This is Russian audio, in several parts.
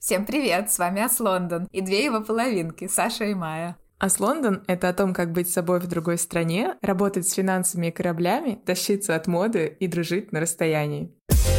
Всем привет, с вами Ас Лондон и две его половинки, Саша и Майя. Ас Лондон — это о том, как быть собой в другой стране, работать с финансами и кораблями, тащиться от моды и дружить на расстоянии.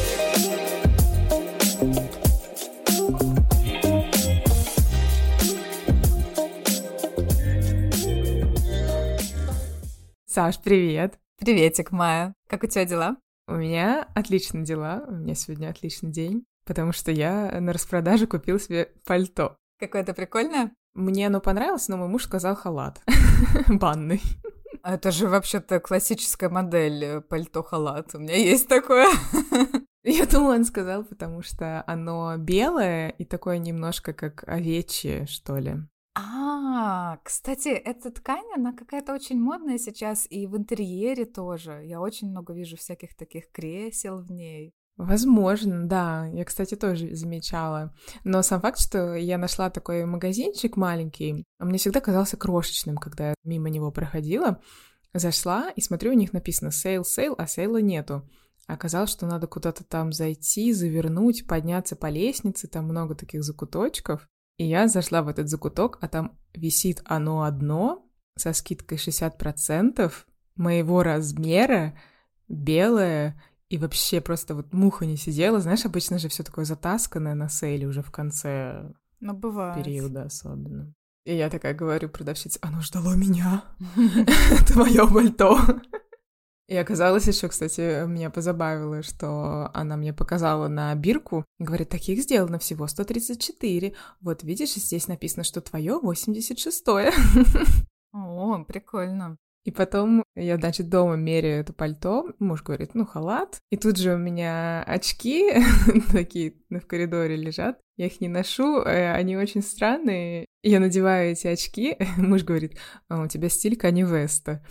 Саш, привет! Приветик, Майя. Как у тебя дела? У меня отличные дела, у меня сегодня отличный день, потому что я на распродаже купил себе пальто. Какое-то прикольное? Мне оно понравилось, но мой муж сказал халат банный. Это же вообще-то классическая модель пальто-халат. У меня есть такое. Я думала, он сказал, потому что оно белое и такое немножко как овечье, что ли. Кстати, эта ткань, она какая-то очень модная сейчас и в интерьере тоже. Я очень много вижу всяких таких кресел в ней. Возможно, да. Я, кстати, тоже замечала. Но сам факт, что я нашла такой магазинчик маленький, он мне всегда казался крошечным, когда я мимо него проходила. Зашла и смотрю, у них написано «сейл», а сейла нету. Оказалось, что надо куда-то там зайти, завернуть, подняться по лестнице, там много таких закуточков. И я зашла в этот закуток, а там висит оно одно со скидкой 60% моего размера, белое, и вообще просто вот муха не сидела. Знаешь, обычно же все такое затасканное на сейле уже в конце периода особенно. И я такая говорю продавщице: оно ждало меня. Это мое пальто. И оказалось еще, кстати, меня позабавило, что она мне показала на бирку и говорит: таких сделано всего 134. Вот видишь, здесь написано, что твое 86-е. О, прикольно. И потом я, значит, дома меряю это пальто. Муж говорит: ну, халат. И тут же у меня очки такие в коридоре лежат. Я их не ношу, они очень странные. Я надеваю эти очки. Муж говорит: у тебя стиль Канье Веста.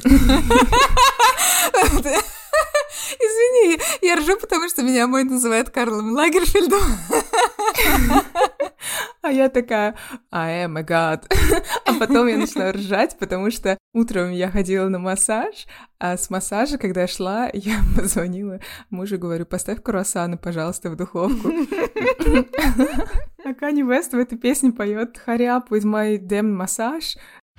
Извини, я ржу, потому что меня мой называет Карлом Лагерфельдом. А я такая: I am a god. А потом я начала ржать, потому что утром я ходила на массаж, а с массажа, когда я шла, я позвонила мужу, говорю: поставь круассаны, пожалуйста, в духовку. А Канье Вест в этой песне поет Hurry up with my damn massage.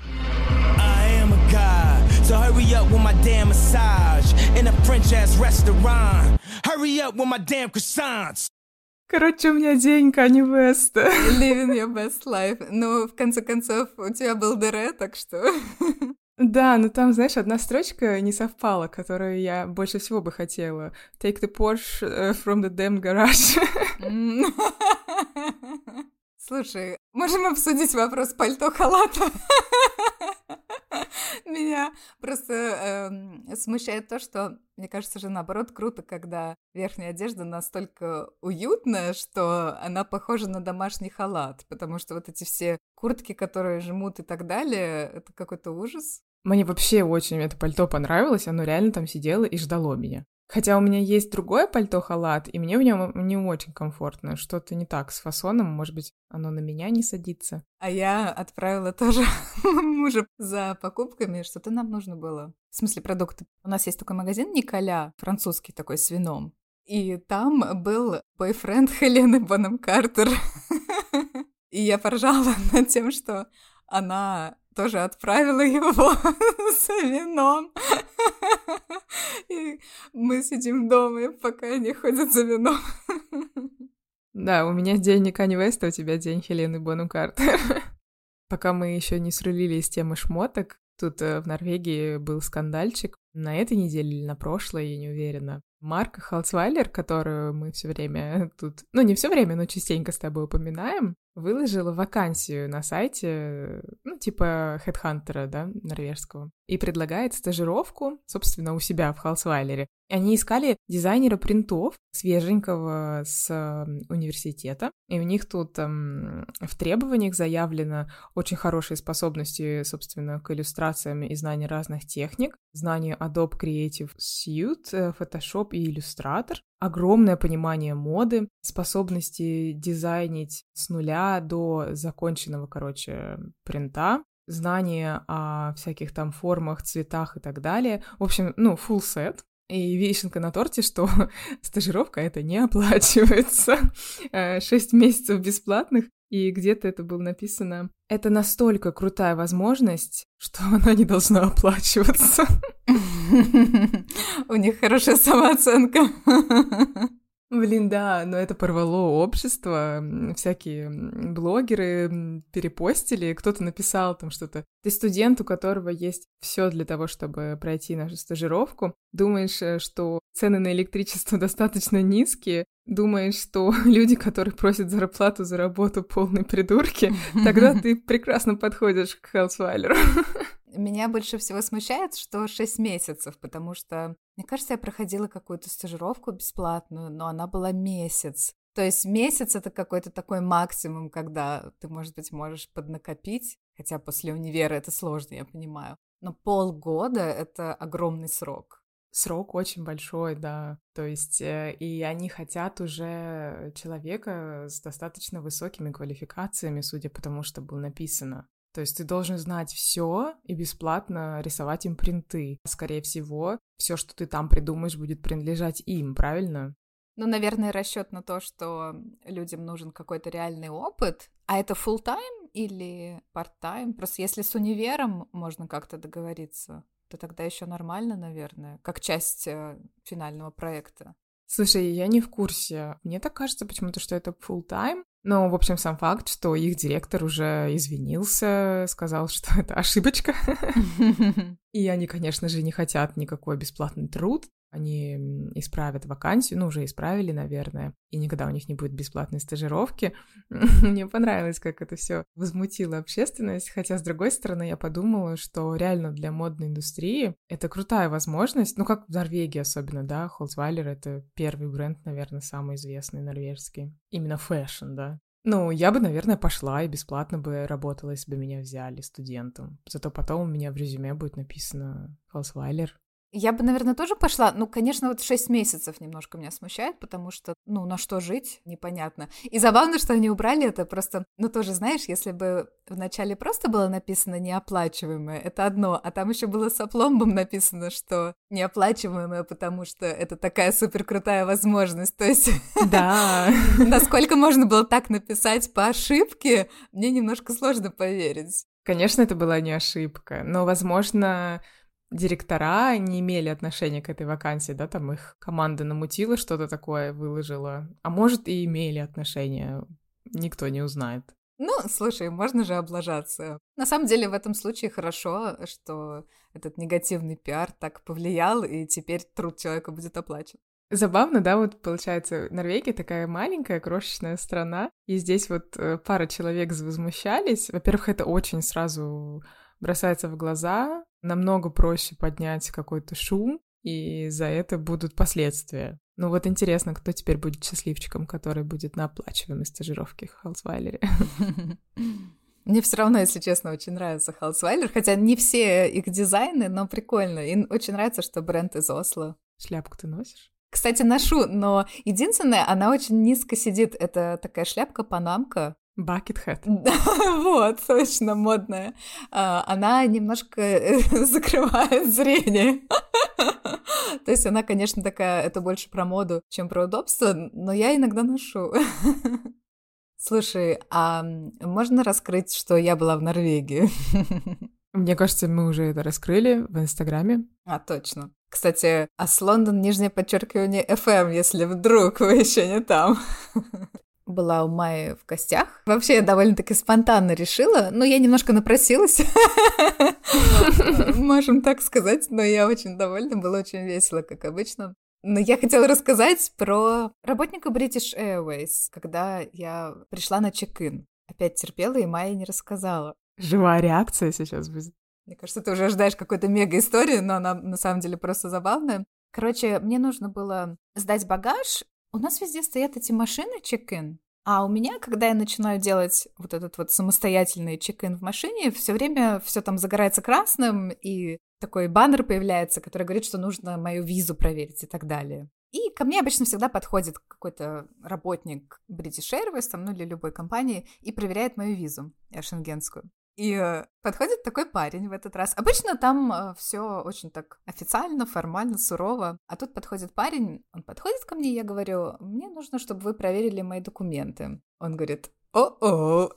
So hurry up with my damn massage in a French-ass restaurant. Hurry up with my damn croissants. Короче, у меня день Канье Веста. Living your best life. Ну, в конце концов, у тебя был ДР, так что... Да, но там, знаешь, одна строчка не совпала, которую я больше всего бы хотела. Take the Porsche from the damn garage. Слушай, можем обсудить вопрос пальто-халата? Меня просто смущает то, что, мне кажется же, наоборот, круто, когда верхняя одежда настолько уютная, что она похожа на домашний халат, потому что вот эти все куртки, которые жмут и так далее, это какой-то ужас. Мне вообще очень это пальто понравилось, оно реально там сидело и ждало меня. Хотя у меня есть другое пальто-халат, и мне в нем не очень комфортно. Что-то не так с фасоном, может быть, оно на меня не садится. А я отправила тоже мужа за покупками, что-то нам нужно было. В смысле, продукты. У нас есть такой магазин Николя, французский такой, с вином. И там был бойфренд Хелены Бонем Картер. И я поржала над тем, что она тоже отправила его с вином. И мы сидим дома, пока они ходят за вином. Да, у меня день не Канье Веста, у тебя день Хелены Бонем Картер. Пока мы еще не срулили из темы шмоток, тут в Норвегии был скандальчик. На этой неделе или на прошлой, я не уверена. Марка Халцвайлер, которую мы все время тут... Ну, не все время, но частенько с тобой упоминаем, выложила вакансию на сайте, ну, типа HeadHunter, да, норвежского, и предлагает стажировку, собственно, у себя в Халцвайлере. Они искали дизайнера принтов свеженького с университета, и у них тут в требованиях заявлено очень хорошие способности, собственно, к иллюстрациям и знание разных техник, знание Adobe Creative Suite, Photoshop и Illustrator, огромное понимание моды, способности дизайнить с нуля до законченного, принта, знание о всяких там формах, цветах и так далее. В общем, full set. И вишенка на торте, что стажировка это не оплачивается. 6 месяцев бесплатных, и где-то это было написано. Это настолько крутая возможность, что она не должна оплачиваться. У них хорошая самооценка. Блин, да, но это порвало общество, всякие блогеры перепостили, кто-то написал там что-то. Ты студент, у которого есть все для того, чтобы пройти нашу стажировку, думаешь, что цены на электричество достаточно низкие, думаешь, что люди, которые просят зарплату за работу, полные придурки, тогда ты прекрасно подходишь к Хелсвайлеру. Меня больше всего смущает, что 6 месяцев, потому что, мне кажется, я проходила какую-то стажировку бесплатную, но она была месяц. То есть месяц — это какой-то такой максимум, когда ты, может быть, можешь поднакопить, хотя после универа это сложно, я понимаю. Но полгода — это огромный срок. Срок очень большой, да. То есть и они хотят уже человека с достаточно высокими квалификациями, судя по тому, что было написано. То есть ты должен знать все и бесплатно рисовать им принты. Скорее всего, все, что ты там придумаешь, будет принадлежать им, правильно? Ну, наверное, расчет на то, что людям нужен какой-то реальный опыт. А это full-time или part-time? Просто если с универом можно как-то договориться, то тогда еще нормально, наверное, как часть финального проекта. Слушай, я не в курсе. Мне так кажется почему-то, что это full-time. Но, в общем, сам факт, что их директор уже извинился, сказал, что это ошибочка. И они, конечно же, не хотят никакой бесплатный труд. Они исправят вакансию, ну, уже исправили, наверное, и никогда у них не будет бесплатной стажировки. Мне понравилось, как это все возмутило общественность, хотя, с другой стороны, я подумала, что реально для модной индустрии это крутая возможность, ну, как в Норвегии особенно, да, Хелсвайлер — это первый бренд, наверное, самый известный норвежский, именно фэшн, да. Ну, я бы, наверное, пошла и бесплатно бы работала, если бы меня взяли студентом. Зато потом у меня в резюме будет написано Хелсвайлер. Я бы, наверное, тоже пошла. Ну, конечно, вот 6 месяцев немножко меня смущает, потому что, ну, на что жить, непонятно. И забавно, что они убрали это просто... Ну, тоже, знаешь, если бы вначале просто было написано «неоплачиваемое», это одно, а там еще было с опломбом написано, что «неоплачиваемое», потому что это такая суперкрутая возможность. То есть... Да. Насколько можно было так написать по ошибке, мне немножко сложно поверить. Конечно, это была не ошибка, но, возможно... Директора не имели отношения к этой вакансии, да, там их команда намутила что-то такое, выложила. А может, и имели отношения, никто не узнает. Ну, слушай, можно же облажаться. На самом деле, в этом случае хорошо, что этот негативный пиар так повлиял, и теперь труд человека будет оплачен. Забавно, да, вот получается, Норвегия такая маленькая, крошечная страна, и здесь вот пара человек возмущались. Во-первых, это очень сразу бросается в глаза, намного проще поднять какой-то шум, и за это будут последствия. Ну вот интересно, кто теперь будет счастливчиком, который будет на оплачиваемой стажировке в Хелсвайлере. Мне все равно, если честно, очень нравится Хелсвайлер, хотя не все их дизайны, но прикольно. И очень нравится, что бренд из Осло. Шляпку ты носишь? Кстати, ношу, но единственное, она очень низко сидит. Это такая шляпка-панамка. Bucket hat. Вот, точно, модная. Она немножко закрывает зрение. То есть она, конечно, такая, это больше про моду, чем про удобство, но я иногда ношу. Слушай, а можно раскрыть, что я была в Норвегии? Мне кажется, мы уже это раскрыли в Инстаграме. А, точно. Кстати, Лондон, нижнее подчеркивание, FM, если вдруг вы еще не там. Была у Майи в гостях. Вообще, я довольно-таки спонтанно решила. Ну, я немножко напросилась, можем так сказать, но я очень довольна, было очень весело, как обычно. Но я хотела рассказать про работника British Airways, когда я пришла на чек-ин. Опять терпела, и Майя не рассказала. Живая реакция сейчас будет. Мне кажется, ты уже ожидаешь какой-то мега-истории, но она на самом деле просто забавная. Короче, мне нужно было сдать багаж. У нас везде стоят эти машины чек-ин, а у меня, когда я начинаю делать вот этот вот самостоятельный чек-ин в машине, все время все там загорается красным, и такой баннер появляется, который говорит, что нужно мою визу проверить и так далее. И ко мне обычно всегда подходит какой-то работник British Airways, там, ну или любой компании, и проверяет мою визу шенгенскую. И подходит такой парень в этот раз. Обычно там все очень так официально, формально, сурово. А тут подходит парень, он подходит ко мне, я говорю, мне нужно, чтобы вы проверили мои документы. Он говорит, о-о.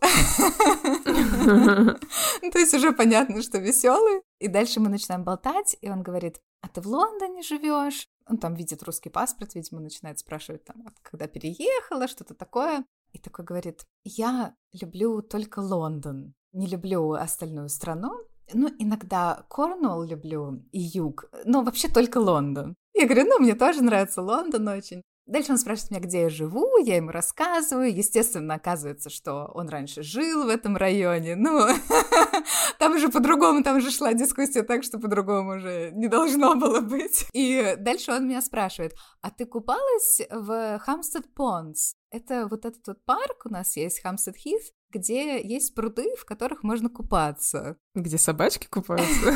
То есть уже понятно, что веселый. И дальше мы начинаем болтать, и он говорит, а ты в Лондоне живешь? Он там видит русский паспорт, видимо, начинает спрашивать, там, когда переехала, что-то такое. И такой говорит, я люблю только Лондон, не люблю остальную страну. Ну, иногда Корнуолл люблю и юг, но вообще только Лондон. Я говорю, ну, мне тоже нравится Лондон очень. Дальше он спрашивает меня, где я живу, я ему рассказываю. Естественно, оказывается, что он раньше жил в этом районе. Ну, там уже по-другому, там уже шла дискуссия так, что по-другому уже не должно было быть. И дальше он меня спрашивает, а ты купалась в Хамстед-Понс? Это вот этот вот парк у нас есть, Хамстед-Хит, где есть пруды, в которых можно купаться. Где собачки купаются?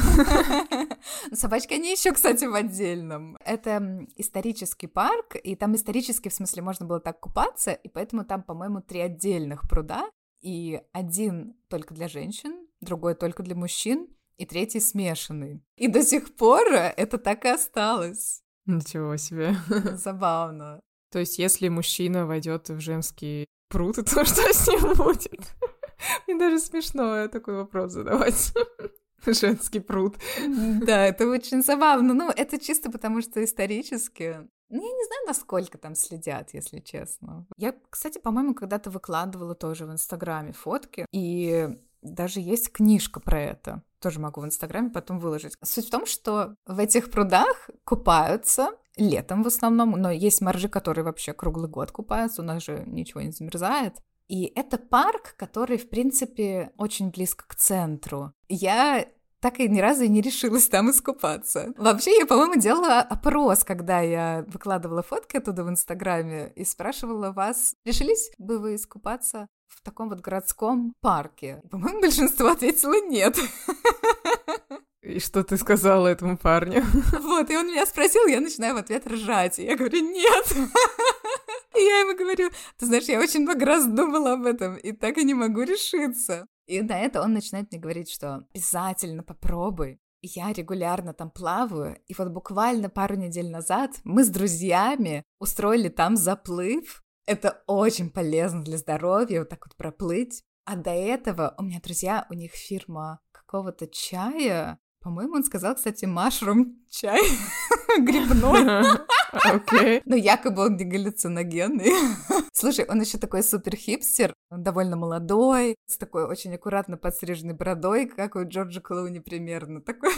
Собачки, они еще, кстати, в отдельном. Это исторический парк, и там исторически, в смысле, можно было так купаться, и поэтому там, по-моему, 3 отдельных пруда, и один только для женщин, другой только для мужчин, и третий смешанный. И до сих пор это так и осталось. Ничего себе. Забавно. То есть, если мужчина войдет в женский пруд, то что с ним будет? Мне даже смешно такой вопрос задавать. Женский пруд. Да, это очень забавно. Ну, это чисто потому, что исторически... Ну, я не знаю, насколько там следят, если честно. Я, кстати, по-моему, когда-то выкладывала тоже в Инстаграме фотки, и даже есть книжка про это. Тоже могу в Инстаграме потом выложить. Суть в том, что в этих прудах купаются летом в основном, но есть моржи, которые вообще круглый год купаются, у нас же ничего не замерзает. И это парк, который, в принципе, очень близко к центру. Я так и ни разу и не решилась там искупаться. Вообще, я, по-моему, делала опрос, когда я выкладывала фотки оттуда в Инстаграме и спрашивала вас, решились бы вы искупаться в таком вот городском парке? По-моему, большинство ответило нет. И что ты сказала этому парню? Вот, и он меня спросил, я начинаю в ответ ржать. И я говорю, нет. И я ему говорю, ты знаешь, я очень много раз думала об этом, и так и не могу решиться. И на это он начинает мне говорить, что обязательно попробуй. Я регулярно там плаваю, и вот буквально пару недель назад мы с друзьями устроили там заплыв. Это очень полезно для здоровья, вот так вот проплыть. А до этого у меня друзья, у них фирма какого-то чая. По-моему, он сказал, кстати, mushroom чай грибной. Окей. Но якобы он не галлюциногенный. Слушай, он еще такой супер хипстер, он довольно молодой, с такой очень аккуратно подстриженной бородой, как у Джорджа Клуни примерно. Такой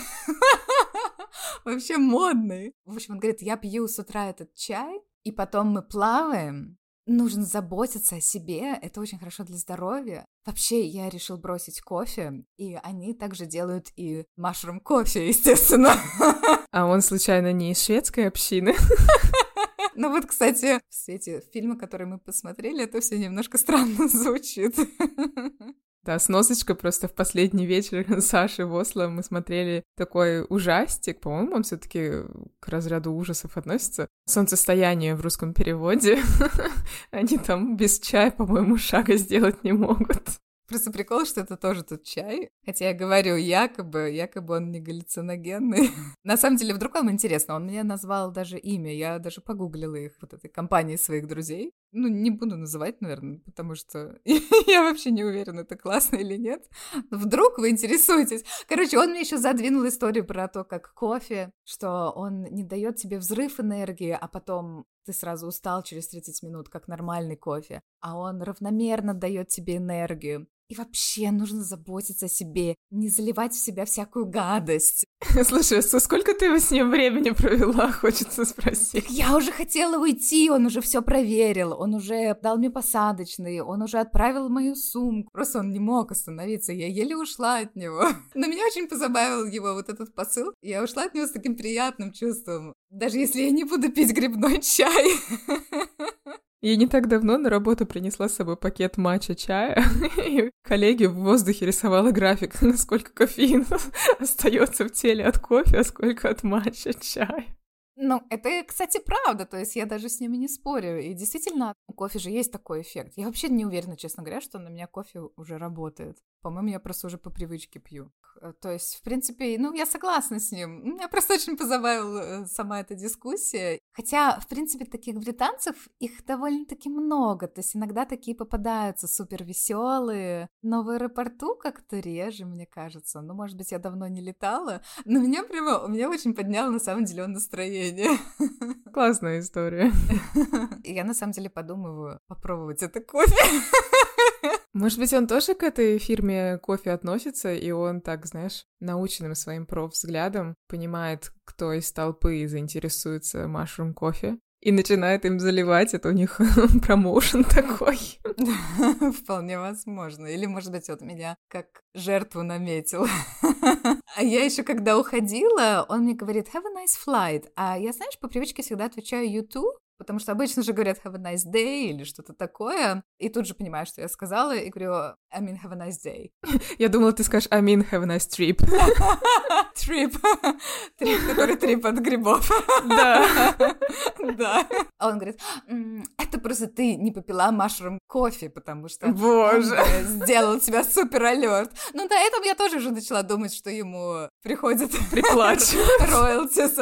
вообще модный. В общем, он говорит, я пью с утра этот чай, и потом мы плаваем. Нужно заботиться о себе, это очень хорошо для здоровья. Вообще, я решил бросить кофе, и они также делают и mushroom кофе, естественно. А он, случайно, не из шведской общины? Ну вот, кстати, в свете фильма, который мы посмотрели, это все немножко странно звучит. Да, сносочка просто в последний вечер Саши в Осло мы смотрели такой ужастик, по-моему, он все-таки к разряду ужасов относится. «Солнцестояние» в русском переводе. Они там без чая, по-моему, шага сделать не могут. Просто прикол, что это тоже тот чай. Хотя я говорю, якобы он не галлюциногенный. На самом деле, вдруг вам интересно, он мне назвал даже имя, я даже погуглила их, вот этой компании своих друзей. Ну, не буду называть, наверное, потому что я вообще не уверена, это классно или нет. Но вдруг вы интересуетесь. Короче, он мне еще задвинул историю про то, как кофе, что он не дает тебе взрыв энергии, а потом ты сразу устал через 30 минут, как нормальный кофе, а он равномерно дает тебе энергию. И вообще нужно заботиться о себе, не заливать в себя всякую гадость. Слушай, сколько ты с ним времени провела, хочется спросить? Я уже хотела уйти, он уже все проверил, он уже дал мне посадочный, он уже отправил мою сумку. Просто он не мог остановиться, я еле ушла от него. Но меня очень позабавил его вот этот посыл. Я ушла от него с таким приятным чувством, даже если я не буду пить грибной чай. Я не так давно на работу принесла с собой пакет матча чая, и коллеге в воздухе рисовала график, насколько кофеина остается в теле от кофе, а сколько от матча чая. Ну, это, кстати, правда, то есть я даже с ними не спорю. И действительно, у кофе же есть такой эффект. Я вообще не уверена, честно говоря, что на меня кофе уже работает. По-моему, я просто уже по привычке пью. То есть, в принципе, ну, я согласна с ним. Меня просто очень позабавила сама эта дискуссия. Хотя, в принципе, таких британцев, их довольно-таки много. То есть иногда такие попадаются супер веселые, но в аэропорту как-то реже, мне кажется. Ну, может быть, я давно не летала, но у меня очень подняло, на самом деле, настроение. Классная история. Я, на самом деле, подумываю попробовать это кофе. Может быть, он тоже к этой фирме кофе относится, и он так, знаешь, наученным своим профвзглядом понимает, кто из толпы заинтересуется mushroom кофе, и начинает им заливать, это у них промоушен такой. Вполне возможно. Или, может быть, вот меня как жертву наметил. А я еще когда уходила, он мне говорит «Have a nice flight». А я, знаешь, по привычке всегда отвечаю «You too», потому что обычно же говорят «Have a nice day» или что-то такое. И тут же понимаю, что я сказала, и говорю «I mean, have a nice day». Я думала, ты скажешь «I mean, have a nice trip». Трип. Трип, который трип от грибов. Да. Да. А он говорит, это просто ты не попила mushroom кофе, потому что Боже. он сделал тебя супер алерт. Ну, до этого я тоже уже начала думать, что ему приходит Приплачу. роялтис.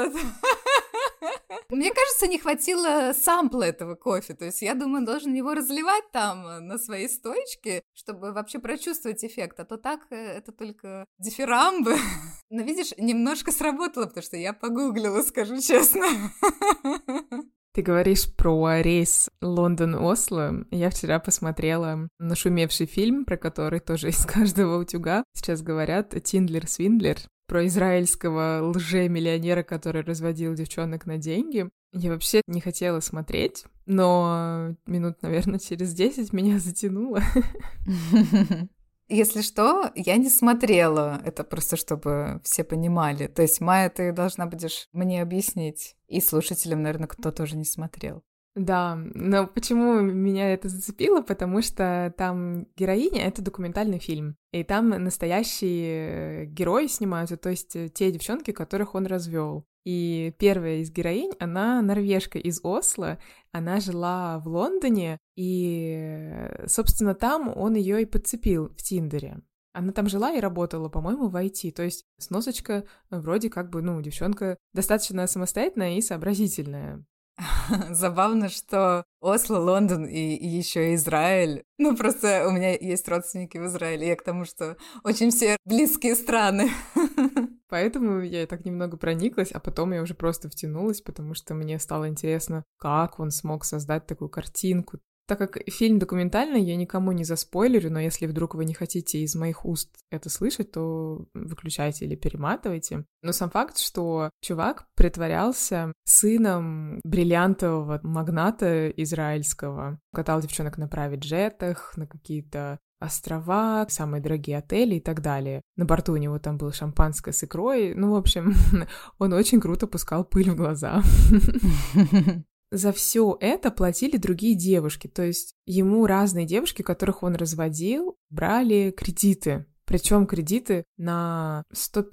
Мне кажется, не хватило сампла этого кофе. То есть я думаю, он должен его разливать там на своей стоечке, чтобы вообще прочувствовать эффект. А то так это только дифирамбы. Но видишь, немножко сработало, потому что я погуглила, скажу честно. Ты говоришь про рейс Лондон-Осло. Я вчера посмотрела нашумевший фильм, про который тоже из каждого утюга сейчас говорят, «Тиндлер-Свиндлер», про израильского лже-миллионера, который разводил девчонок на деньги. Я вообще не хотела смотреть, но минут, наверное, через 10 меня затянуло. Если что, я не смотрела. Это просто чтобы все понимали. То есть, Майя, ты должна будешь мне объяснить. И слушателям, наверное, кто тоже не смотрел. Да, но почему меня это зацепило? Потому что там героиня — это документальный фильм, и там настоящие герои снимаются, то есть те девчонки, которых он развел. И первая из героинь, она норвежка из Осло, она жила в Лондоне, и, собственно, там он ее и подцепил в Тиндере. Она там жила и работала, по-моему, в IT, то есть сносочка вроде как бы, ну, девчонка достаточно самостоятельная и сообразительная. Забавно, что Осло, Лондон и еще Израиль. Ну, просто у меня есть родственники в Израиле. Я к тому, что очень все близкие страны. Поэтому я так немного прониклась, а потом я уже просто втянулась, потому что мне стало интересно, как он смог создать такую картинку. Так как фильм документальный, я никому не заспойлерю, но если вдруг вы не хотите из моих уст это слышать, то выключайте или перематывайте. Но сам факт, что чувак притворялся сыном бриллиантового магната израильского, катал девчонок на прайвет-джетах, на какие-то острова, самые дорогие отели и так далее. На борту у него там было шампанское с икрой. Ну, в общем, он очень круто пускал пыль в глаза. За все это платили другие девушки, то есть ему разные девушки, которых он разводил, брали кредиты. Причем кредиты на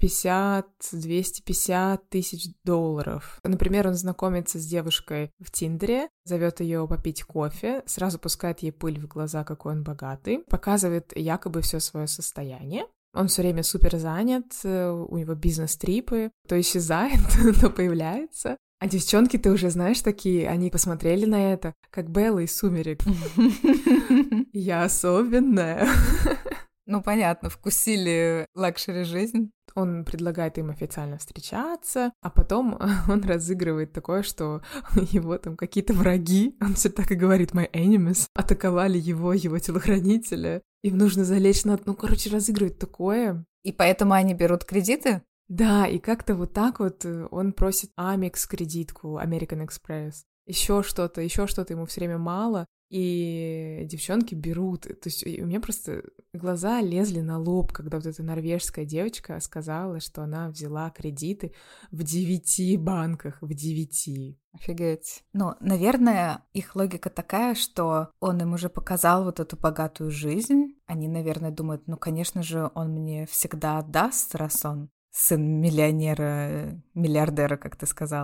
150-250 тысяч долларов. Например, он знакомится с девушкой в Тиндере, зовет ее попить кофе, сразу пускает ей пыль в глаза, какой он богатый, показывает якобы все свое состояние. Он все время супер занят, у него бизнес-трипы, то исчезает, то появляется. А девчонки-то уже, знаешь, такие, они посмотрели на это, как Белла из «Сумерек». Я особенная. Ну, понятно, вкусили лакшери-жизнь. Он предлагает им официально встречаться, а потом он разыгрывает такое, что его там какие-то враги, он все так и говорит «my enemies», атаковали его телохранителя. Им нужно залечь на... Ну, короче, разыгрывает такое. И поэтому они берут кредиты? Да, и как-то вот так вот он просит Amex кредитку, American Express, еще что-то ему все время мало, и девчонки берут. То есть у меня просто глаза лезли на лоб, когда вот эта норвежская девочка сказала, что она взяла кредиты в 9 банках, в 9. Офигеть. Ну, наверное, их логика такая, что он им уже показал вот эту богатую жизнь. Они, наверное, думают, ну, конечно же, он мне всегда отдаст, раз он сын миллионера, миллиардера, как ты сказала.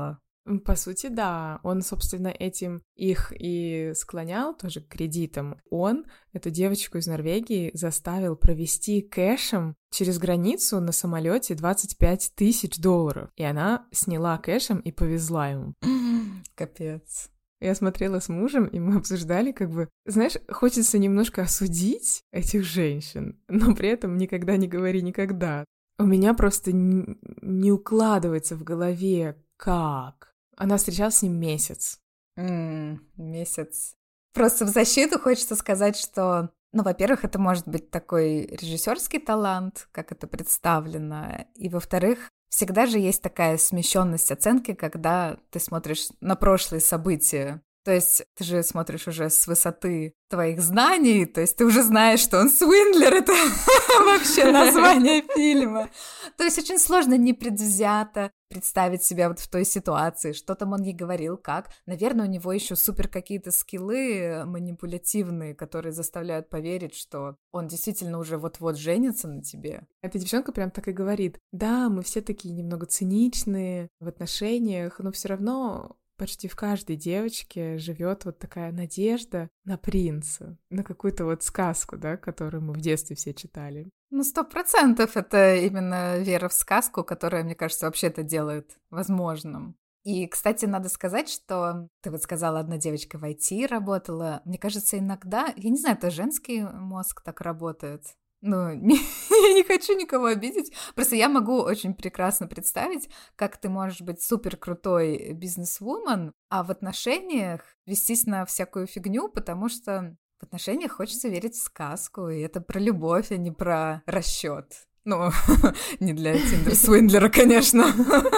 По сути, да. Он, собственно, этим их и склонял тоже к кредитам. Он эту девочку из Норвегии заставил провести кэшем через границу на самолете $25 тысяч. И она сняла кэшем и повезла ему. Капец. Я смотрела с мужем, и мы обсуждали, знаешь, хочется немножко осудить этих женщин, но при этом никогда не говори никогда. У меня просто не укладывается в голове, как. Она встречалась с ним месяц. Месяц. Просто в защиту хочется сказать, что, во-первых, это может быть такой режиссерский талант, как это представлено, и, во-вторых, всегда же есть такая смещенность оценки, когда ты смотришь на прошлые события. То есть ты же смотришь уже с высоты твоих знаний, то есть ты уже знаешь, что он Свиндлер, это вообще название фильма. То есть очень сложно непредвзято представить себя вот в той ситуации, что там он ей говорил, как. Наверное, у него еще супер какие-то скиллы манипулятивные, которые заставляют поверить, что он действительно уже вот-вот женится на тебе. Эта девчонка прям так и говорит: да, мы все такие немного циничные в отношениях, но все равно почти в каждой девочке живет вот такая надежда на принца, на какую-то вот сказку, да, которую мы в детстве все читали. 100% это именно вера в сказку, которая, мне кажется, вообще это делает возможным. И, кстати, надо сказать, что ты вот сказала, одна девочка в IT работала. Мне кажется, иногда, я не знаю, это женский мозг так работает. Я не хочу никого обидеть. Просто я могу очень прекрасно представить, как ты можешь быть супер крутой бизнес-вумен, а в отношениях вестись на всякую фигню, потому что в отношениях хочется верить в сказку, и это про любовь, а не про расчет. Не для Тиндер-свиндлера, конечно.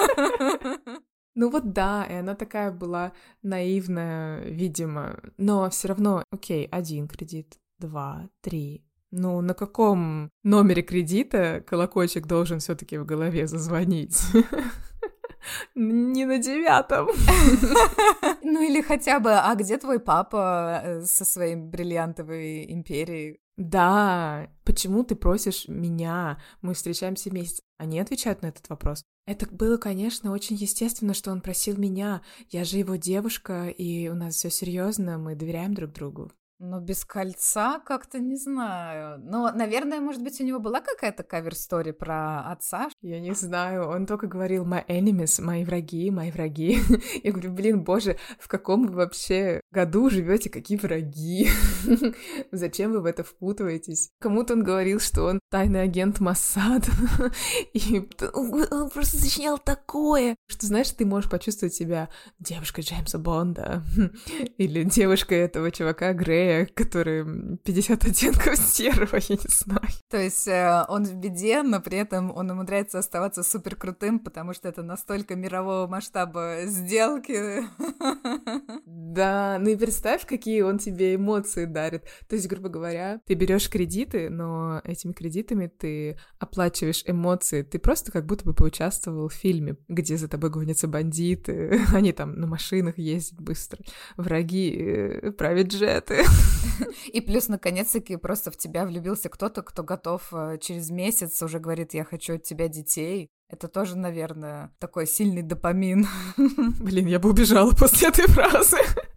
Да, и она такая была наивная, видимо. Но все равно, окей, 1 кредит, 2, 3. На каком номере кредита колокольчик должен все-таки в голове зазвонить? Не на 9. Или хотя бы, а где твой папа со своей бриллиантовой империей? Да, почему ты просишь меня? Мы встречаемся месяц. Они отвечают на этот вопрос. Это было, конечно, очень естественно, что он просил меня. Я же его девушка, и у нас все серьезно, мы доверяем друг другу. Без кольца как-то не знаю. Наверное, может быть, у него была какая-то кавер-стори про отца? Я не знаю, он только говорил «my enemies», «мои враги», «мои враги». Я говорю, боже, в каком вы вообще году живете, какие враги? Зачем вы в это впутываетесь? Кому-то он говорил, что он тайный агент Моссад. И он просто сочинял такое, что, знаешь, ты можешь почувствовать себя девушкой Джеймса Бонда или девушкой этого чувака Грея, который 50 оттенков серого, я не знаю. То есть он в беде, но при этом он умудряется оставаться супер крутым, потому что это настолько мирового масштаба сделки. Да, и представь, какие он тебе эмоции дарит. То есть, грубо говоря, ты берешь кредиты, но этими кредитами ты оплачиваешь эмоции. Ты просто как будто бы поучаствовал в фильме, где за тобой гонятся бандиты, они там на машинах ездят быстро, враги правят джеты. И плюс, наконец-таки, просто в тебя влюбился кто-то, кто готов через месяц уже говорит: я хочу от тебя детей. Это тоже, наверное, такой сильный допамин. Блин, я бы убежала после этой фразы.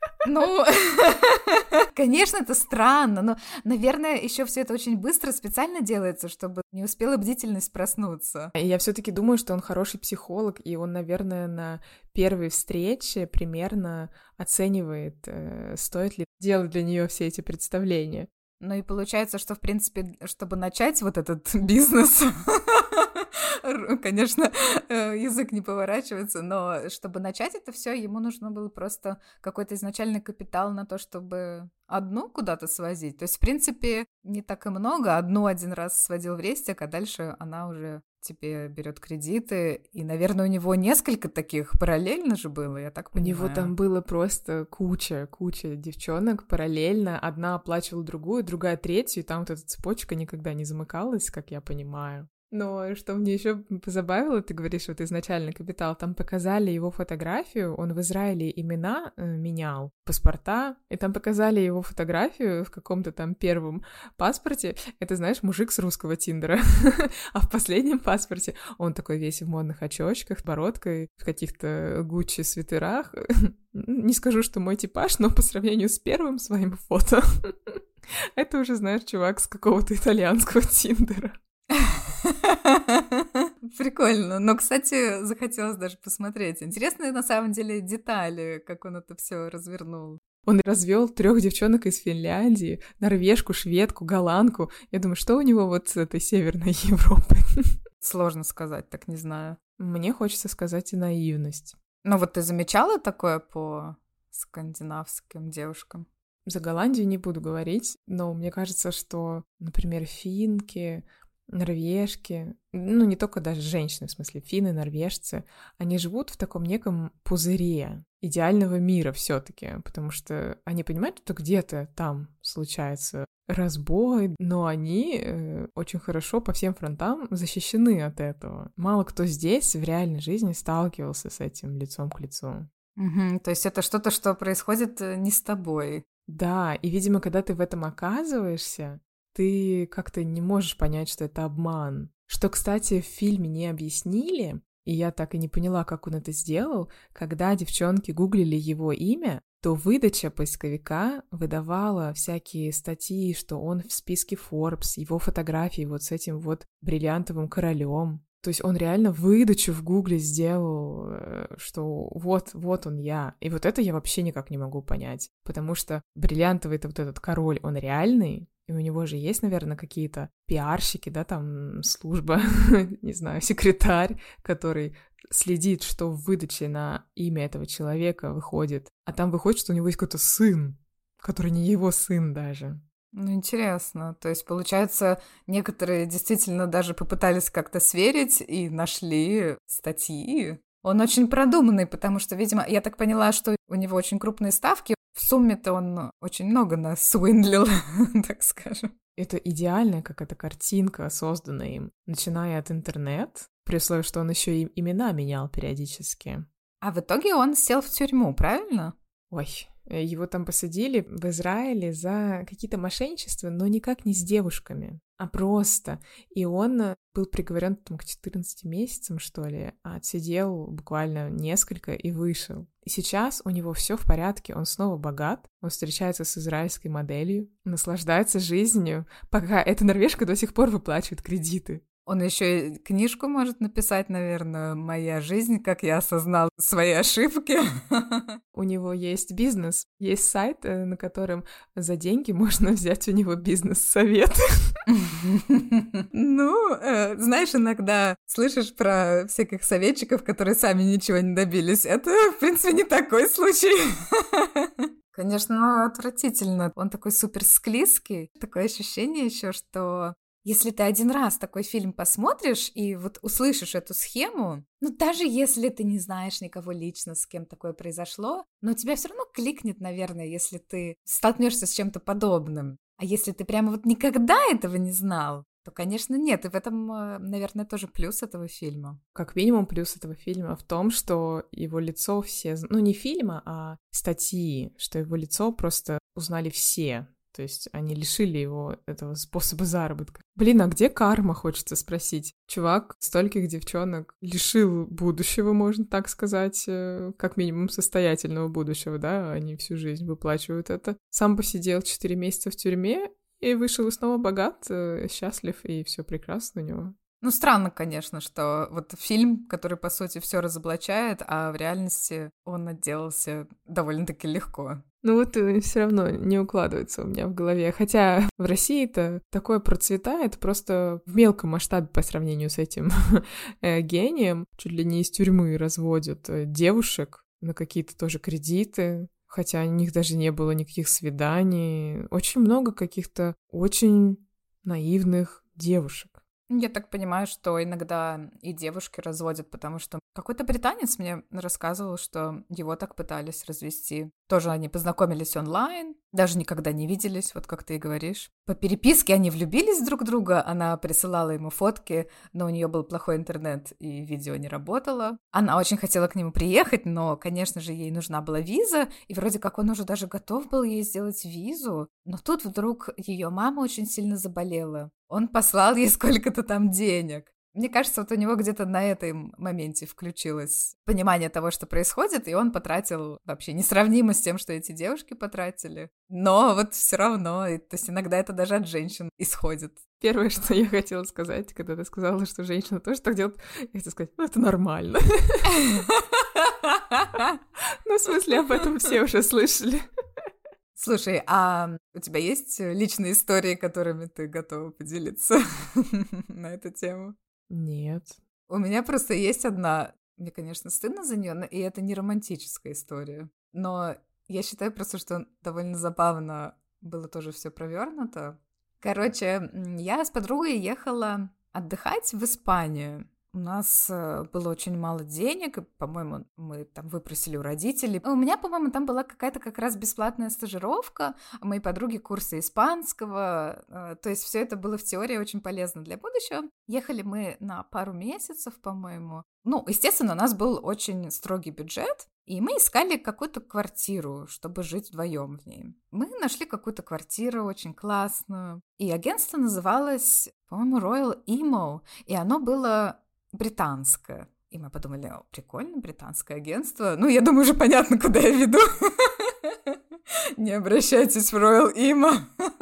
Конечно, это странно, но, наверное, еще все это очень быстро специально делается, чтобы не успела бдительность проснуться. Я все-таки думаю, что он хороший психолог, и он, наверное, на первой встрече примерно оценивает, стоит ли делать для нее все эти представления. И получается, что, в принципе, чтобы начать вот этот бизнес, конечно, язык не поворачивается, но чтобы начать это все, ему нужно было просто какой-то изначальный капитал на то, чтобы одну куда-то свозить. То есть, в принципе, не так и много. Одну один раз сводил в Рестик, а дальше она уже тебе берет кредиты. И, наверное, у него несколько таких параллельно же было, я так понимаю. У него там было просто куча девчонок параллельно. Одна оплачивала другую, другая третью, и там вот эта цепочка никогда не замыкалась, как я понимаю. Но что мне еще позабавило, ты говоришь, вот изначально «Капитал», там показали его фотографию, он в Израиле имена менял, паспорта, и там показали его фотографию в каком-то там первом паспорте. Это, знаешь, мужик с русского Тиндера. А в последнем паспорте он такой весь в модных очочках, бородкой, в каких-то Гуччи свитерах. Не скажу, что мой типаж, но по сравнению с первым своим фото, это уже, знаешь, чувак с какого-то итальянского Тиндера. Прикольно. Но, кстати, захотелось даже посмотреть. Интересные на самом деле детали, как он это все развернул. Он развел 3 девчонок из Финляндии, норвежку, шведку, голландку. Я думаю, что у него вот с этой Северной Европы? Сложно сказать, так не знаю. Мне хочется сказать и наивность. Но вот ты замечала такое по скандинавским девушкам? За Голландию не буду говорить, но мне кажется, что, например, финки, норвежки, ну, не только даже женщины, в смысле, финны, норвежцы, они живут в таком неком пузыре идеального мира все-таки, потому что они понимают, что где-то там случается разбой, но они очень хорошо по всем фронтам защищены от этого. Мало кто здесь в реальной жизни сталкивался с этим лицом к лицу. Угу, то есть это что-то, что происходит не с тобой. Да, и, видимо, когда ты в этом оказываешься, ты как-то не можешь понять, что это обман. Что, кстати, в фильме не объяснили, и я так и не поняла, как он это сделал. Когда девчонки гуглили его имя, то выдача поисковика выдавала всякие статьи, что он в списке Forbes, его фотографии вот с этим вот бриллиантовым королем. То есть он реально выдачу в Гугле сделал, что вот он я. И вот это я вообще никак не могу понять, потому что бриллиантовый-то вот этот король, он реальный, и у него же есть, наверное, какие-то пиарщики, да, там служба, не знаю, секретарь, который следит, что в выдаче на имя этого человека выходит. А там выходит, что у него есть какой-то сын, который не его сын даже. Ну, интересно. То есть, получается, некоторые действительно даже попытались как-то сверить и нашли статьи. Он очень продуманный, потому что, видимо, я так поняла, что у него очень крупные ставки. В сумме-то он очень много нас свиндлил, так скажем. Это идеальная какая-то картинка, созданная им, начиная от интернет, при условии, что он еще и имена менял периодически. А в итоге он сел в тюрьму, правильно? Ой, его там посадили в Израиле за какие-то мошенничества, но никак не с девушками, а просто. И он был приговорен там, к 14 месяцам, что ли, а отсидел буквально несколько и вышел. И сейчас у него все в порядке, он снова богат, он встречается с израильской моделью, наслаждается жизнью, пока эта норвежка до сих пор выплачивает кредиты. Он еще и книжку может написать, наверное, «Моя жизнь, как я осознал свои ошибки». У него есть бизнес, есть сайт, на котором за деньги можно взять у него бизнес-советы. Ну, знаешь, иногда слышишь про всяких советчиков, которые сами ничего не добились. Это, в принципе, не такой случай. Конечно, отвратительно. Он такой супер склизкий. Такое ощущение еще, что если ты один раз такой фильм посмотришь и вот услышишь эту схему, ну, даже если ты не знаешь никого лично, с кем такое произошло, но тебя все равно кликнет, наверное, если ты столкнешься с чем-то подобным. А если ты прямо вот никогда этого не знал, то, конечно, нет. И в этом, наверное, тоже плюс этого фильма. Как минимум плюс этого фильма в том, что его лицо все... Ну, не фильма, а статьи, что его лицо просто узнали все. То есть они лишили его этого способа заработка. Блин, а где карма, хочется спросить? Чувак стольких девчонок лишил будущего, можно так сказать, как минимум состоятельного будущего, да? Они всю жизнь выплачивают это. Сам посидел 4 месяца в тюрьме и вышел и снова богат, счастлив, и все прекрасно у него. Ну, странно, конечно, что вот фильм, который, по сути, все разоблачает, а в реальности он отделался довольно-таки легко. Ну вот все равно не укладывается у меня в голове. Хотя в России-то такое процветает просто в мелком масштабе по сравнению с этим гением. Чуть ли не из тюрьмы разводят девушек на какие-то тоже кредиты. Хотя у них даже не было никаких свиданий. Очень много каких-то очень наивных девушек. Я так понимаю, что иногда и девушки разводят, потому что какой-то британец мне рассказывал, что его так пытались развести. Тоже они познакомились онлайн, даже никогда не виделись, вот как ты и говоришь. По переписке они влюбились друг в друга, она присылала ему фотки, но у нее был плохой интернет, и видео не работало. Она очень хотела к нему приехать, но, конечно же, ей нужна была виза, и вроде как он уже даже готов был ей сделать визу. Но тут вдруг ее мама очень сильно заболела. Он послал ей сколько-то там денег. Мне кажется, вот у него где-то на этом моменте включилось понимание того, что происходит, и он потратил вообще несравнимо с тем, что эти девушки потратили. Но вот все равно, то есть иногда это даже от женщин исходит. Первое, что я хотела сказать, когда ты сказала, что женщина тоже так делает, я хотела сказать, это нормально. Ну, в смысле, об этом все уже слышали. Слушай, а у тебя есть личные истории, которыми ты готова поделиться на эту тему? Нет. У меня просто есть одна, мне, конечно, стыдно за нее, и это не романтическая история. Но я считаю просто, что довольно забавно было тоже все провернуто. Короче, я с подругой ехала отдыхать в Испанию. У нас было очень мало денег, и, по-моему, мы там выпросили у родителей. У меня, по-моему, там была какая-то как раз бесплатная стажировка, у моей подруги курсы испанского, то есть все это было в теории очень полезно для будущего. Ехали мы на пару месяцев, по-моему. Ну, естественно, у нас был очень строгий бюджет, и мы искали какую-то квартиру, чтобы жить вдвоем в ней. Мы нашли какую-то квартиру очень классную, и агентство называлось, по-моему, Royal Imo, и оно было британское. И мы подумали, прикольно, британское агентство. Ну, я думаю, уже понятно, куда я веду. Не обращайтесь в Royal Imo.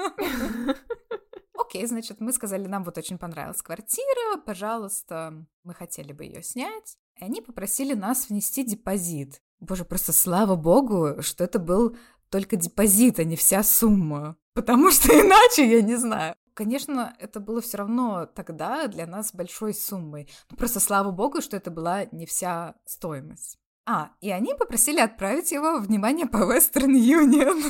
Окей, значит, мы сказали, нам вот очень понравилась квартира, пожалуйста, мы хотели бы ее снять. И они попросили нас внести депозит. Боже, просто слава богу, что это был только депозит, а не вся сумма. Потому что иначе я не знаю. Конечно, это было все равно тогда для нас большой суммой. Но просто слава богу, что это была не вся стоимость. И они попросили отправить его, внимание, по Western Union.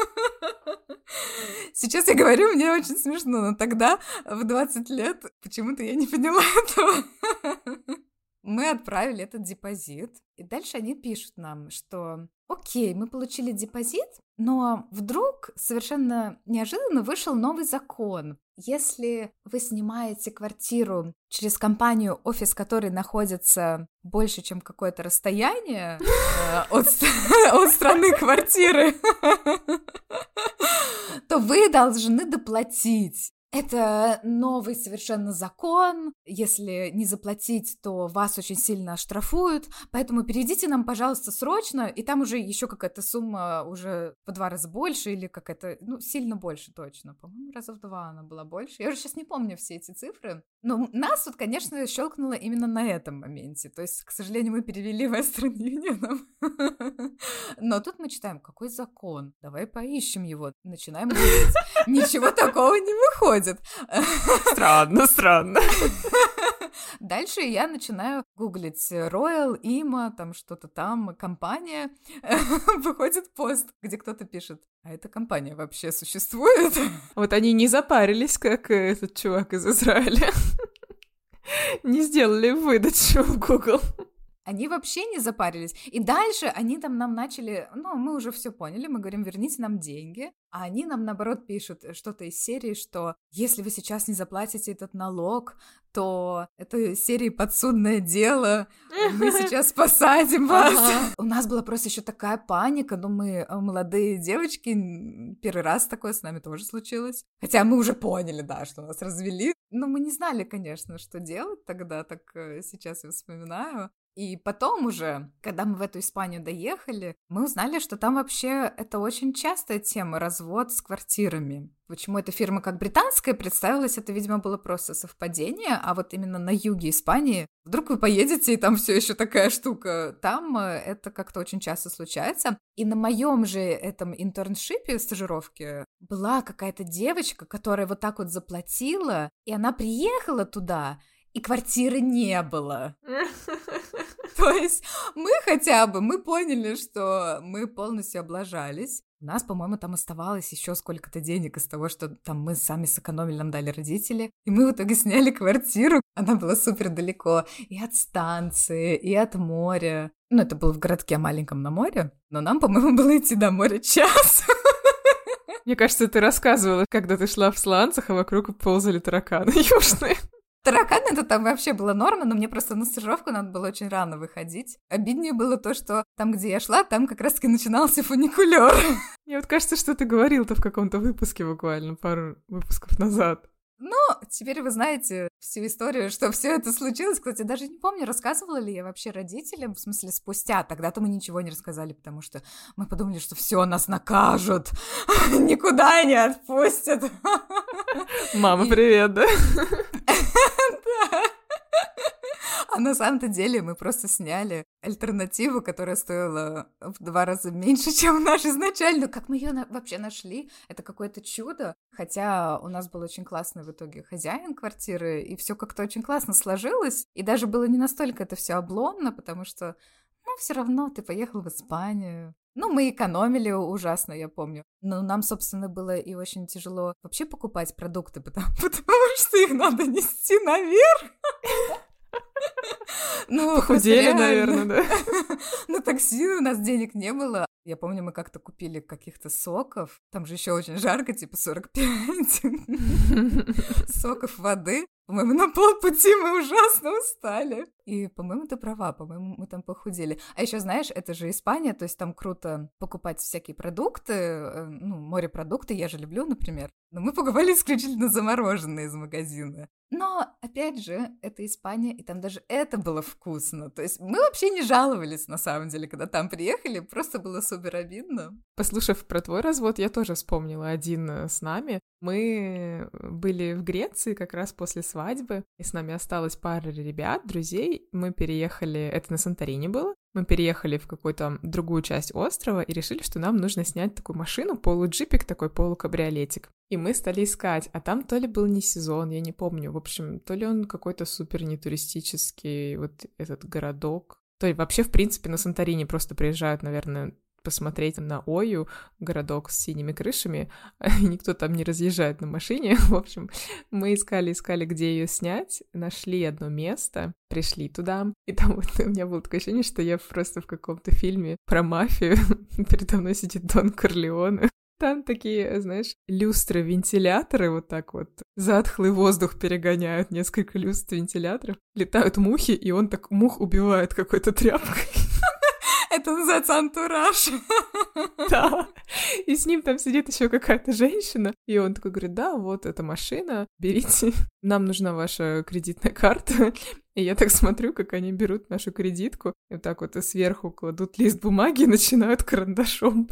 Сейчас я говорю, мне очень смешно, но тогда, в 20 лет, почему-то я не поняла этого. Мы отправили этот депозит, и дальше они пишут нам, что окей, мы получили депозит, но вдруг совершенно неожиданно вышел новый закон. Если вы снимаете квартиру через компанию, офис которой находится больше, чем какое-то расстояние от страны квартиры, то вы должны доплатить. Это новый совершенно закон. Если не заплатить, то вас очень сильно оштрафуют. Поэтому переведите нам, пожалуйста, срочно. И там уже еще какая-то сумма уже в 2 раза больше или какая-то, сильно больше точно. По-моему, раза в 2 она была больше. Я уже сейчас не помню все эти цифры. Но нас тут, конечно, щелкнуло именно на этом моменте. То есть, к сожалению, мы перевели Western Union. Но тут мы читаем, какой закон? Давай поищем его. Начинаем гуглить. Ничего такого не выходит. Странно. Дальше я начинаю гуглить Royal Imo, там что-то там, компания. Выходит пост, где кто-то пишет, а эта компания вообще существует? Вот они не запарились, как этот чувак из Израиля. Не сделали выдачу в Google. Они вообще не запарились. И дальше они там нам начали... мы уже все поняли, мы говорим, верните нам деньги. А они нам, наоборот, пишут что-то из серии, что если вы сейчас не заплатите этот налог, то это из серии подсудное дело, мы сейчас посадим вас. У нас была просто еще такая паника, мы молодые девочки, первый раз такое с нами тоже случилось. Хотя мы уже поняли, да, что нас развели. Но мы не знали, конечно, что делать тогда, так сейчас я вспоминаю. И потом уже, когда мы в эту Испанию доехали, мы узнали, что там вообще это очень частая тема, развод с квартирами. Почему эта фирма как британская представилась, это, видимо, было просто совпадение, а вот именно на юге Испании вдруг вы поедете, и там все еще такая штука. Там это как-то очень часто случается. И на моем же этом интерншипе, стажировке, была какая-то девочка, которая вот так вот заплатила, и она приехала туда, и квартиры не было. То есть мы поняли, что мы полностью облажались. У нас, по-моему, там оставалось еще сколько-то денег из того, что там мы сами сэкономили, нам дали родители. И мы в итоге сняли квартиру. Она была супер далеко и от станции, и от моря. Ну, это было в городке маленьком на море, но нам, по-моему, было идти до моря час. Мне кажется, ты рассказывала, когда ты шла в сланцах, а вокруг ползали тараканы южные. Тараканы — это там вообще была норма, но мне просто на стажировку надо было очень рано выходить. Обиднее было то, что там, где я шла, там как раз-таки начинался фуникулёр. Мне вот кажется, что ты говорил-то в каком-то выпуске буквально пару выпусков назад. Ну, теперь вы знаете всю историю, что все это случилось. Кстати, даже не помню, рассказывала ли я вообще родителям, в смысле спустя. Тогда-то мы ничего не рассказали, потому что мы подумали, что все, нас накажут, никуда не отпустят. Мама, привет, да? Да. А на самом-то деле мы просто сняли альтернативу, которая стоила в 2 раза меньше, чем наш изначально. Как мы ее вообще нашли? Это какое-то чудо. Хотя у нас был очень классный в итоге хозяин квартиры, и все как-то очень классно сложилось. И даже было не настолько это все обломно, потому что, ну, все равно ты поехал в Испанию. Ну, мы экономили ужасно, я помню. Но нам, собственно, было и очень тяжело вообще покупать продукты, потому что их надо нести наверх. Ну, похудели, наверное, да? На такси у нас денег не было. Я помню, мы как-то купили каких-то соков. Там же еще очень жарко, типа 45. Соков, воды. По-моему, на полпути мы ужасно устали. И, по-моему, ты права, по-моему, мы там похудели. А еще, знаешь, это же Испания, то есть там круто покупать всякие продукты, ну, морепродукты, я же люблю, например. Но мы покупали исключительно замороженные из магазина. Но, опять же, это Испания, и там даже это было вкусно. То есть мы вообще не жаловались, на самом деле, когда там приехали, просто было супер обидно. Послушав про твой развод, я тоже вспомнила один с нами. Мы были в Греции как раз после свадьбы, и с нами осталась пара ребят, друзей. Мы переехали, это на Санторини было, мы переехали в какую-то другую часть острова и решили, что нам нужно снять такую машину, полуджипик такой, полукабриолетик. И мы стали искать, а там то ли был не сезон, я не помню, в общем, то ли он какой-то супер нетуристический, вот этот городок. То есть вообще, в принципе, на Санторини просто приезжают, наверное, посмотреть на Ою, городок с синими крышами, никто там не разъезжает на машине. В общем, мы искали, где ее снять, нашли одно место, пришли туда, и там вот у меня было такое ощущение, что я просто в каком-то фильме про мафию, передо мной сидит Дон Корлеоне. Там такие, знаешь, люстры-вентиляторы вот так вот, затхлый воздух перегоняют, несколько люстр-вентиляторов, летают мухи, и он так мух убивает какой-то тряпкой. Это называется антураж. Да. И с ним там сидит еще какая-то женщина. И он такой говорит: да, вот эта машина, берите. Нам нужна ваша кредитная карта. И я так смотрю, как они берут нашу кредитку, и вот так вот и сверху кладут лист бумаги и начинают карандашом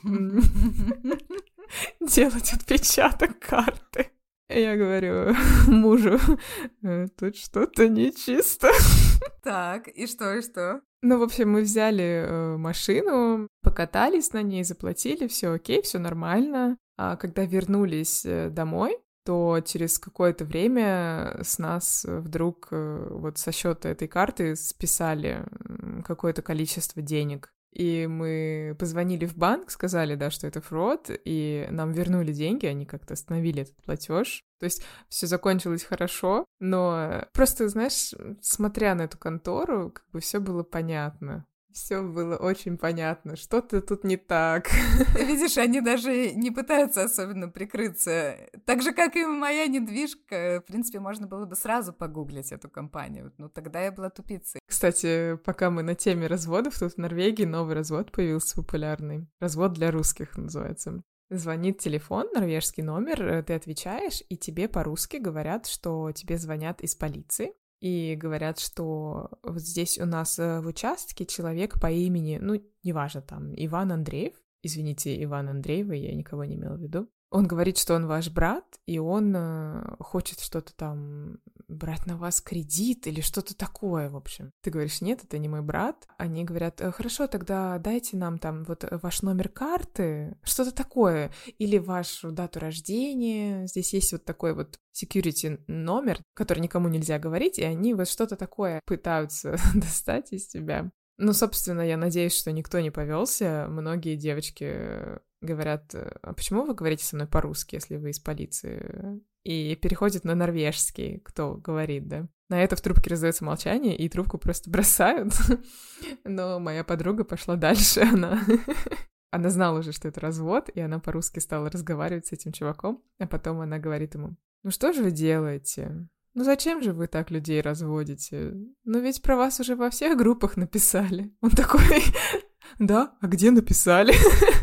делать отпечаток карты. И я говорю мужу: тут что-то нечисто. Так, и что? Ну, в общем, мы взяли машину, покатались на ней, заплатили, все окей, все нормально. А когда вернулись домой, то через какое-то время с нас вдруг вот со счета этой карты списали какое-то количество денег. И мы позвонили в банк, сказали, да, что это фрод, и нам вернули деньги, они как-то остановили этот платеж. То есть все закончилось хорошо, но просто, знаешь, смотря на эту контору, как бы все было понятно. Все было очень понятно, что-то тут не так. Видишь, они даже не пытаются особенно прикрыться. Так же, как и моя недвижка, в принципе, можно было бы сразу погуглить эту компанию. Ну, тогда я была тупицей. Кстати, пока мы на теме разводов, тут в Норвегии новый развод появился популярный. Развод для русских называется. Звонит телефон, норвежский номер, ты отвечаешь, и тебе по-русски говорят, что тебе звонят из полиции. И говорят, что вот здесь у нас в участке человек по имени, ну, неважно, там, Иван Андреев. Извините, Иван Андреева, я никого не имела в виду. Он говорит, что он ваш брат, и он хочет что-то там брать на вас кредит или что-то такое, в общем. Ты говоришь: нет, это не мой брат. Они говорят: хорошо, тогда дайте нам там вот ваш номер карты, что-то такое, или вашу дату рождения. Здесь есть вот такой вот security номер, который никому нельзя говорить, и они вот что-то такое пытаются достать из тебя. Ну, собственно, я надеюсь, что никто не повелся. Многие девочки говорят: а почему вы говорите со мной по-русски, если вы из полиции? И переходят на норвежский, кто говорит, да. На это в трубке раздается молчание, и трубку просто бросают. Но моя подруга пошла дальше, она знала уже, что это развод, и она по-русски стала разговаривать с этим чуваком, а потом она говорит ему: ну что же вы делаете? Ну зачем же вы так людей разводите? Ну ведь про вас уже во всех группах написали. Он такой: да, а где написали?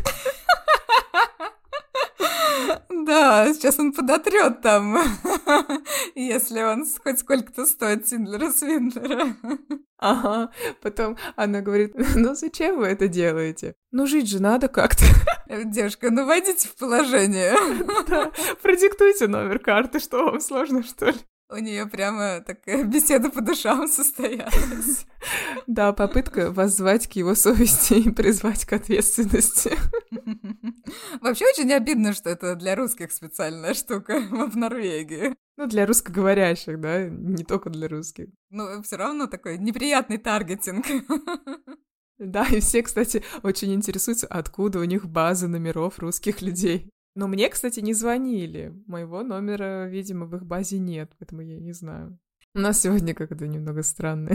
Да, сейчас он подотрет там, если он хоть сколько-то стоит Тиндлера Свиндлера. Ага, потом она говорит: ну зачем вы это делаете? Ну жить же надо как-то. Девушка, ну войдите в положение. Да, продиктуйте номер карты, что вам сложно, что ли? У нее прямо такая беседа по душам состоялась. Да, попытка воззвать к его совести и призвать к ответственности. Вообще очень обидно, что это для русских специальная штука в Норвегии. Ну, для русскоговорящих, да, не только для русских. Но все равно такой неприятный таргетинг. Да, и все, кстати, очень интересуются, откуда у них база номеров русских людей. Но мне, кстати, не звонили. Моего номера, видимо, в их базе нет, поэтому я не знаю. У нас сегодня как-то немного странный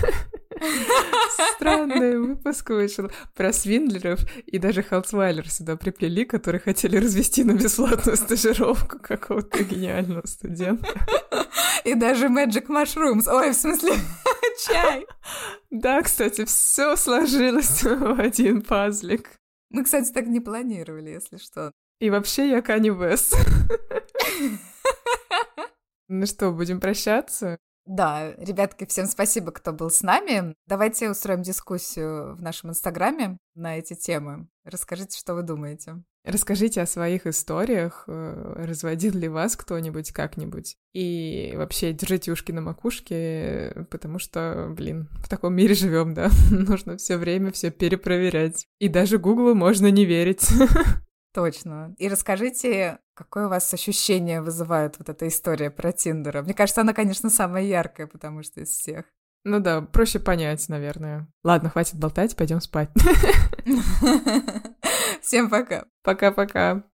выпуск вышел про свиндлеров, и даже Халтвайлер сюда приплели, которые хотели развести на бесплатную стажировку какого-то гениального студента. И даже Magic Mushrooms. Ой, в смысле, чай. Да, кстати, все сложилось в один пазлик. Мы, кстати, так не планировали, если что. И вообще я Канни Вест. Ну что, будем прощаться? Да, ребятки, всем спасибо, кто был с нами. Давайте устроим дискуссию в нашем Инстаграме на эти темы. Расскажите, что вы думаете. Расскажите о своих историях, разводил ли вас кто-нибудь как-нибудь. И вообще держите ушки на макушке, потому что, в таком мире живем, да. Нужно все время все перепроверять. И даже Гуглу можно не верить. Точно. И расскажите, какое у вас ощущение вызывает вот эта история про Тиндера. Мне кажется, она, конечно, самая яркая, потому что из всех. Ну да, проще понять, наверное. Ладно, хватит болтать, пойдем спать. Всем пока. Пока-пока.